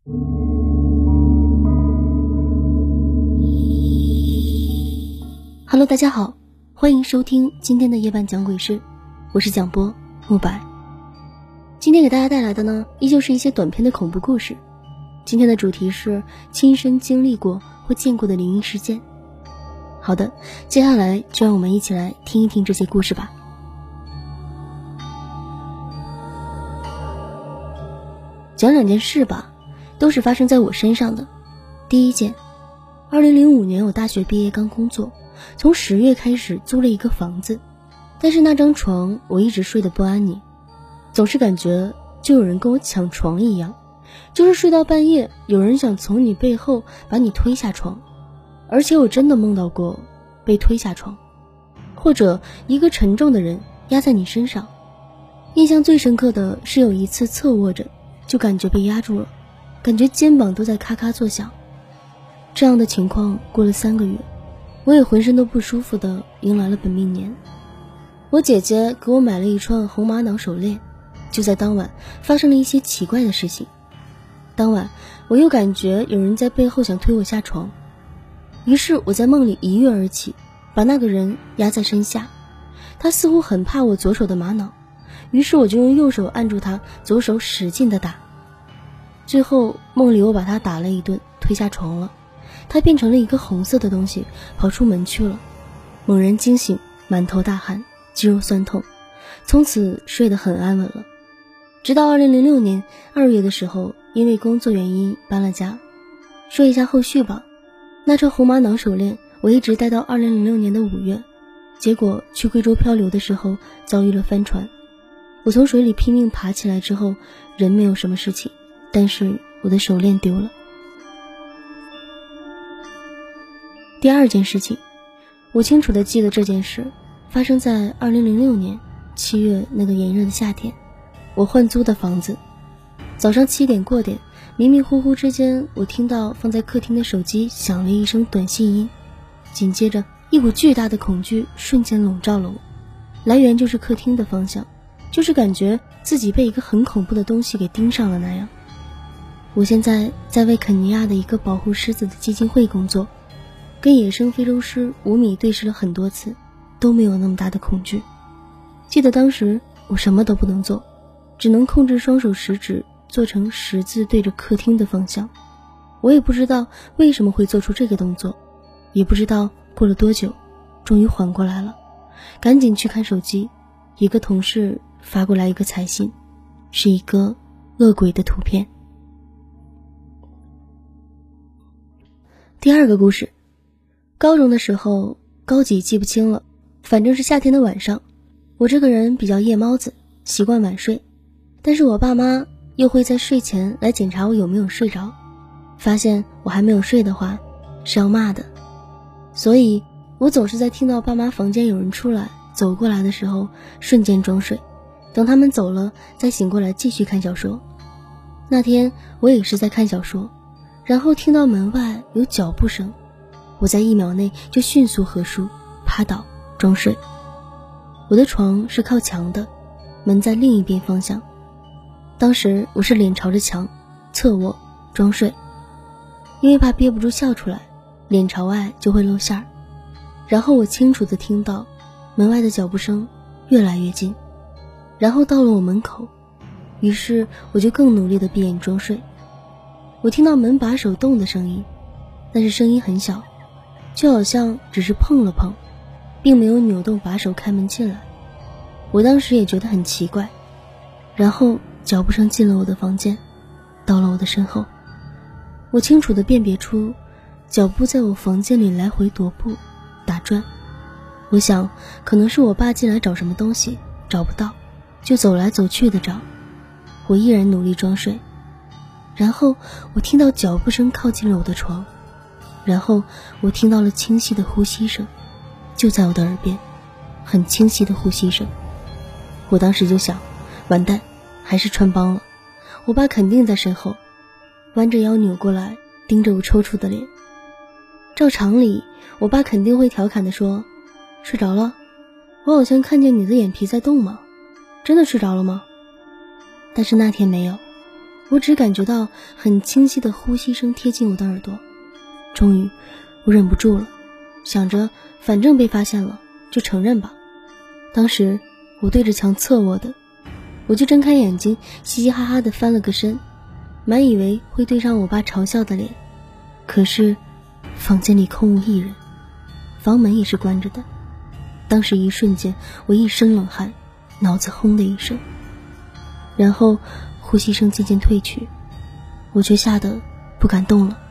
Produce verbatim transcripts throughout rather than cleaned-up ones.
Hello， 大家好，欢迎收听今天的夜半讲鬼事，我是讲播慕白。今天给大家带来的呢，依旧是一些短篇的恐怖故事。今天的主题是亲身经历过或见过的灵异事件。好的，接下来就让我们一起来听一听这些故事吧。讲两件事吧，都是发生在我身上的。第一件，二零零五年我大学毕业刚工作，从十月开始租了一个房子，但是那张床我一直睡得不安宁，总是感觉就有人跟我抢床一样，就是睡到半夜，有人想从你背后把你推下床，而且我真的梦到过被推下床，或者一个沉重的人压在你身上。印象最深刻的是有一次侧卧着，就感觉被压住了，感觉肩膀都在咔咔作响。这样的情况过了三个月，我也浑身都不舒服的迎来了本命年。我姐姐给我买了一串红玛瑙手链，就在当晚发生了一些奇怪的事情。当晚我又感觉有人在背后想推我下床，于是我在梦里一跃而起，把那个人压在身下。他似乎很怕我左手的玛瑙，于是我就用右手按住他，左手使劲的打。最后梦里我把他打了一顿，推下床了，他变成了一个红色的东西，跑出门去了。猛然惊醒，满头大汗，肌肉酸痛，从此睡得很安稳了。直到二零零六年二月的时候，因为工作原因搬了家。说一下后续吧。那串红玛瑙手链我一直戴到二零零六年的五月，结果去贵州漂流的时候遭遇了翻船。我从水里拼命爬起来之后，人没有什么事情，但是我的手链丢了。第二件事情，我清楚地记得这件事发生在二零零六年七月那个炎热的夏天。我换租的房子，早上七点过点，迷迷糊糊之间，我听到放在客厅的手机响了一声短信音，紧接着一股巨大的恐惧瞬间笼罩了我，来源就是客厅的方向，就是感觉自己被一个很恐怖的东西给盯上了那样。我现在在为肯尼亚的一个保护狮子的基金会工作，跟野生非洲狮五米对视了很多次，都没有那么大的恐惧。记得当时我什么都不能做，只能控制双手食指做成十字对着客厅的方向。我也不知道为什么会做出这个动作，也不知道过了多久，终于缓过来了，赶紧去看手机，一个同事发过来一个彩信，是一个恶鬼的图片。第二个故事，高中的时候，高几记不清了，反正是夏天的晚上。我这个人比较夜猫子，习惯晚睡，但是我爸妈又会在睡前来检查我有没有睡着，发现我还没有睡的话是要骂的。所以我总是在听到爸妈房间有人出来走过来的时候瞬间装睡，等他们走了再醒过来继续看小说。那天我也是在看小说，然后听到门外有脚步声，我在一秒内就迅速合书趴倒装睡。我的床是靠墙的，门在另一边方向。当时我是脸朝着墙侧卧装睡，因为怕憋不住笑出来，脸朝外就会露馅儿。然后我清楚地听到门外的脚步声越来越近，然后到了我门口，于是我就更努力地闭眼装睡。我听到门把手动的声音，但是声音很小，就好像只是碰了碰，并没有扭动把手开门进来。我当时也觉得很奇怪，然后脚步声进了我的房间，到了我的身后。我清楚地辨别出脚步在我房间里来回踱步打转。我想可能是我爸进来找什么东西找不到，就走来走去的找。我依然努力装睡，然后我听到脚步声靠近了我的床，然后我听到了清晰的呼吸声，就在我的耳边，很清晰的呼吸声。我当时就想，完蛋，还是穿帮了，我爸肯定在身后。弯着腰扭过来盯着我抽搐的脸。照常理我爸肯定会调侃地说，睡着了？我好像看见你的眼皮在动嘛，真的睡着了吗？但是那天没有， 我只感觉到很清晰的呼吸声贴近我的耳朵。终于我忍不住了，想着反正被发现了就承认吧。当时我对着墙侧卧的，我就睁开眼睛嘻嘻哈哈地翻了个身，满以为会对上我爸嘲笑的脸。可是房间里空无一人，房门也是关着的。当时一瞬间我一身冷汗，脑子轰的一声，然后呼吸声渐渐退去，我却吓得不敢动了。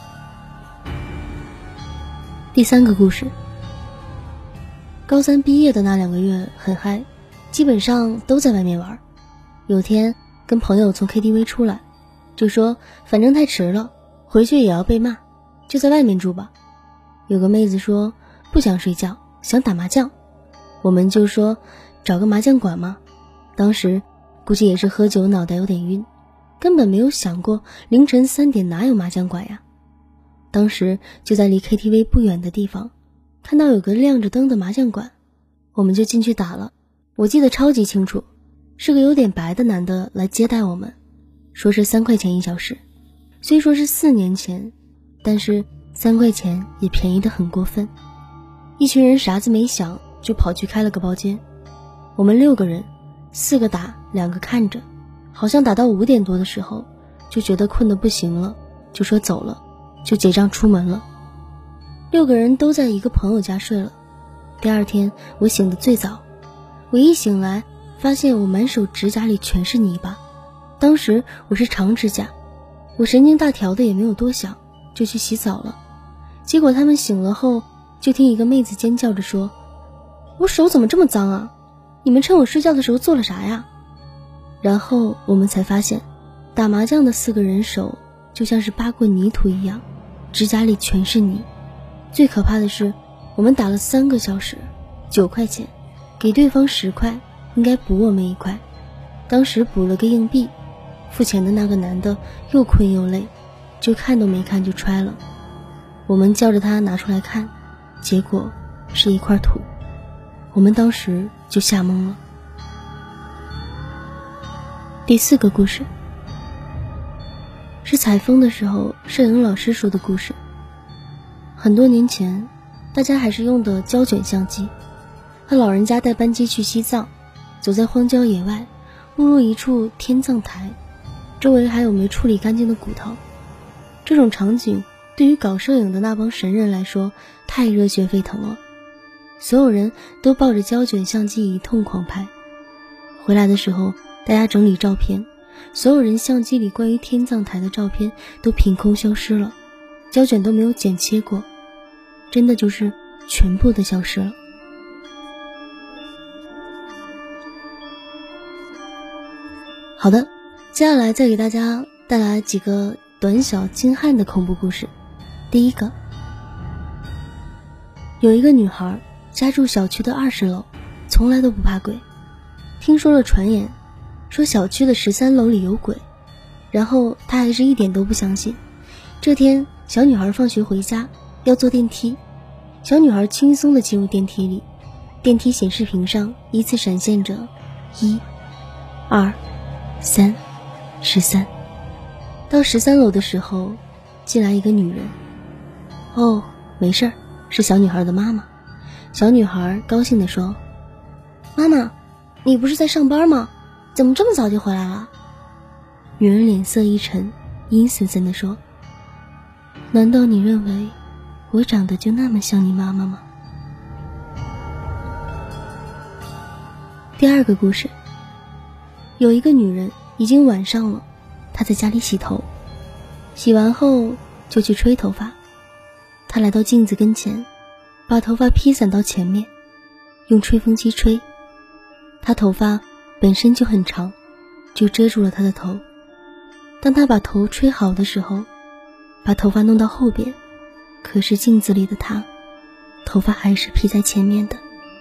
第三个故事，高三毕业的那两个月很嗨，基本上都在外面玩。有天跟朋友从 K T V 出来，就说反正太迟了，回去也要被骂，就在外面住吧。有个妹子说不想睡觉，想打麻将，我们就说找个麻将馆嘛。当时估计也是喝酒脑袋有点晕，根本没有想过凌晨三点哪有麻将馆呀。当时就在离 K T V 不远的地方看到有个亮着灯的麻将馆，我们就进去打了。我记得超级清楚，是个有点白的男的来接待我们，说是三块钱一小时。虽说是四年前，但是三块钱也便宜得很过分。一群人啥子没想就跑去开了个包间，我们六个人，四个打，两个看着，好像打到五点多的时候就觉得困得不行了，就说走了，就结账出门了。六个人都在一个朋友家睡了。第二天我醒得最早，我一醒来发现我满手指甲里全是泥巴。当时我是长指甲，我神经大条的也没有多想，就去洗澡了。结果他们醒了后，就听一个妹子尖叫着说，我手怎么这么脏啊，你们趁我睡觉的时候做了啥呀？然后我们才发现，打麻将的四个人手就像是扒过泥土一样，指甲里全是泥。最可怕的是，我们打了三个小时，九块钱，给对方十块，应该补我们一块。当时补了个硬币，付钱的那个男的又困又累，就看都没看就揣了。我们叫着他拿出来看，结果是一块土。我们当时就吓懵了。第四个故事，是采风的时候摄影老师说的故事。很多年前，大家还是用的胶卷相机，他老人家带班机去西藏，走在荒郊野外，误入一处天葬台，周围还有没处理干净的骨头。这种场景对于搞摄影的那帮神人来说太热血沸腾了，所有人都抱着胶卷相机一通狂拍。回来的时候，大家整理照片，所有人相机里关于天葬台的照片都凭空消失了，胶卷都没有剪切过，真的就是全部的消失了。好的，接下来再给大家带来几个短小精悍的恐怖故事。第一个，有一个女孩家住小区的二十楼，从来都不怕鬼。听说了传言，说小区的十三楼里有鬼，然后她还是一点都不相信。这天，小女孩放学回家要坐电梯，小女孩轻松地进入电梯里，电梯显示屏上依次闪现着一、二、三、十三。到十三楼的时候，进来一个女人。哦，没事儿，是小女孩的妈妈。小女孩高兴地说，妈妈，你不是在上班吗？怎么这么早就回来了？女人脸色一沉，阴森森地说，难道你认为我长得就那么像你妈妈吗？第二个故事，有一个女人，已经晚上了，她在家里洗头，洗完后就去吹头发。她来到镜子跟前，把头发披散到前面，用吹风机吹。她头发本身就很长，就遮住了她的头。当她把头吹好的时候，把头发弄到后边，可是镜子里的她，头发还是披在前面的。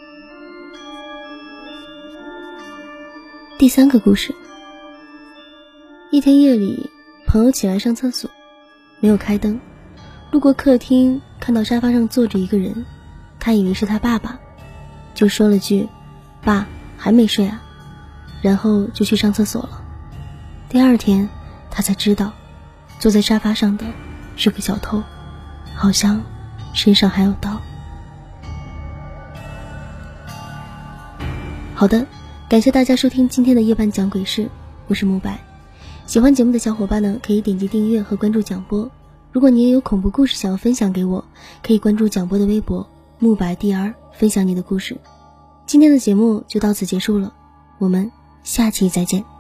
第三个故事，一天夜里，朋友起来上厕所，没有开灯，路过客厅，看到沙发上坐着一个人，他以为是他爸爸，就说了句，爸，还没睡啊？然后就去上厕所了。第二天， 他才知道坐在沙发上的是个小偷，好像身上还有刀。好的，感谢大家收听今天的夜半讲鬼事，我是慕白。喜欢节目的小伙伴呢，可以点击订阅和关注蒋波。如果你也有恐怖故事想要分享给我，可以关注蒋波的微博慕白 D R， 分享你的故事。今天的节目就到此结束了，我们下期再见。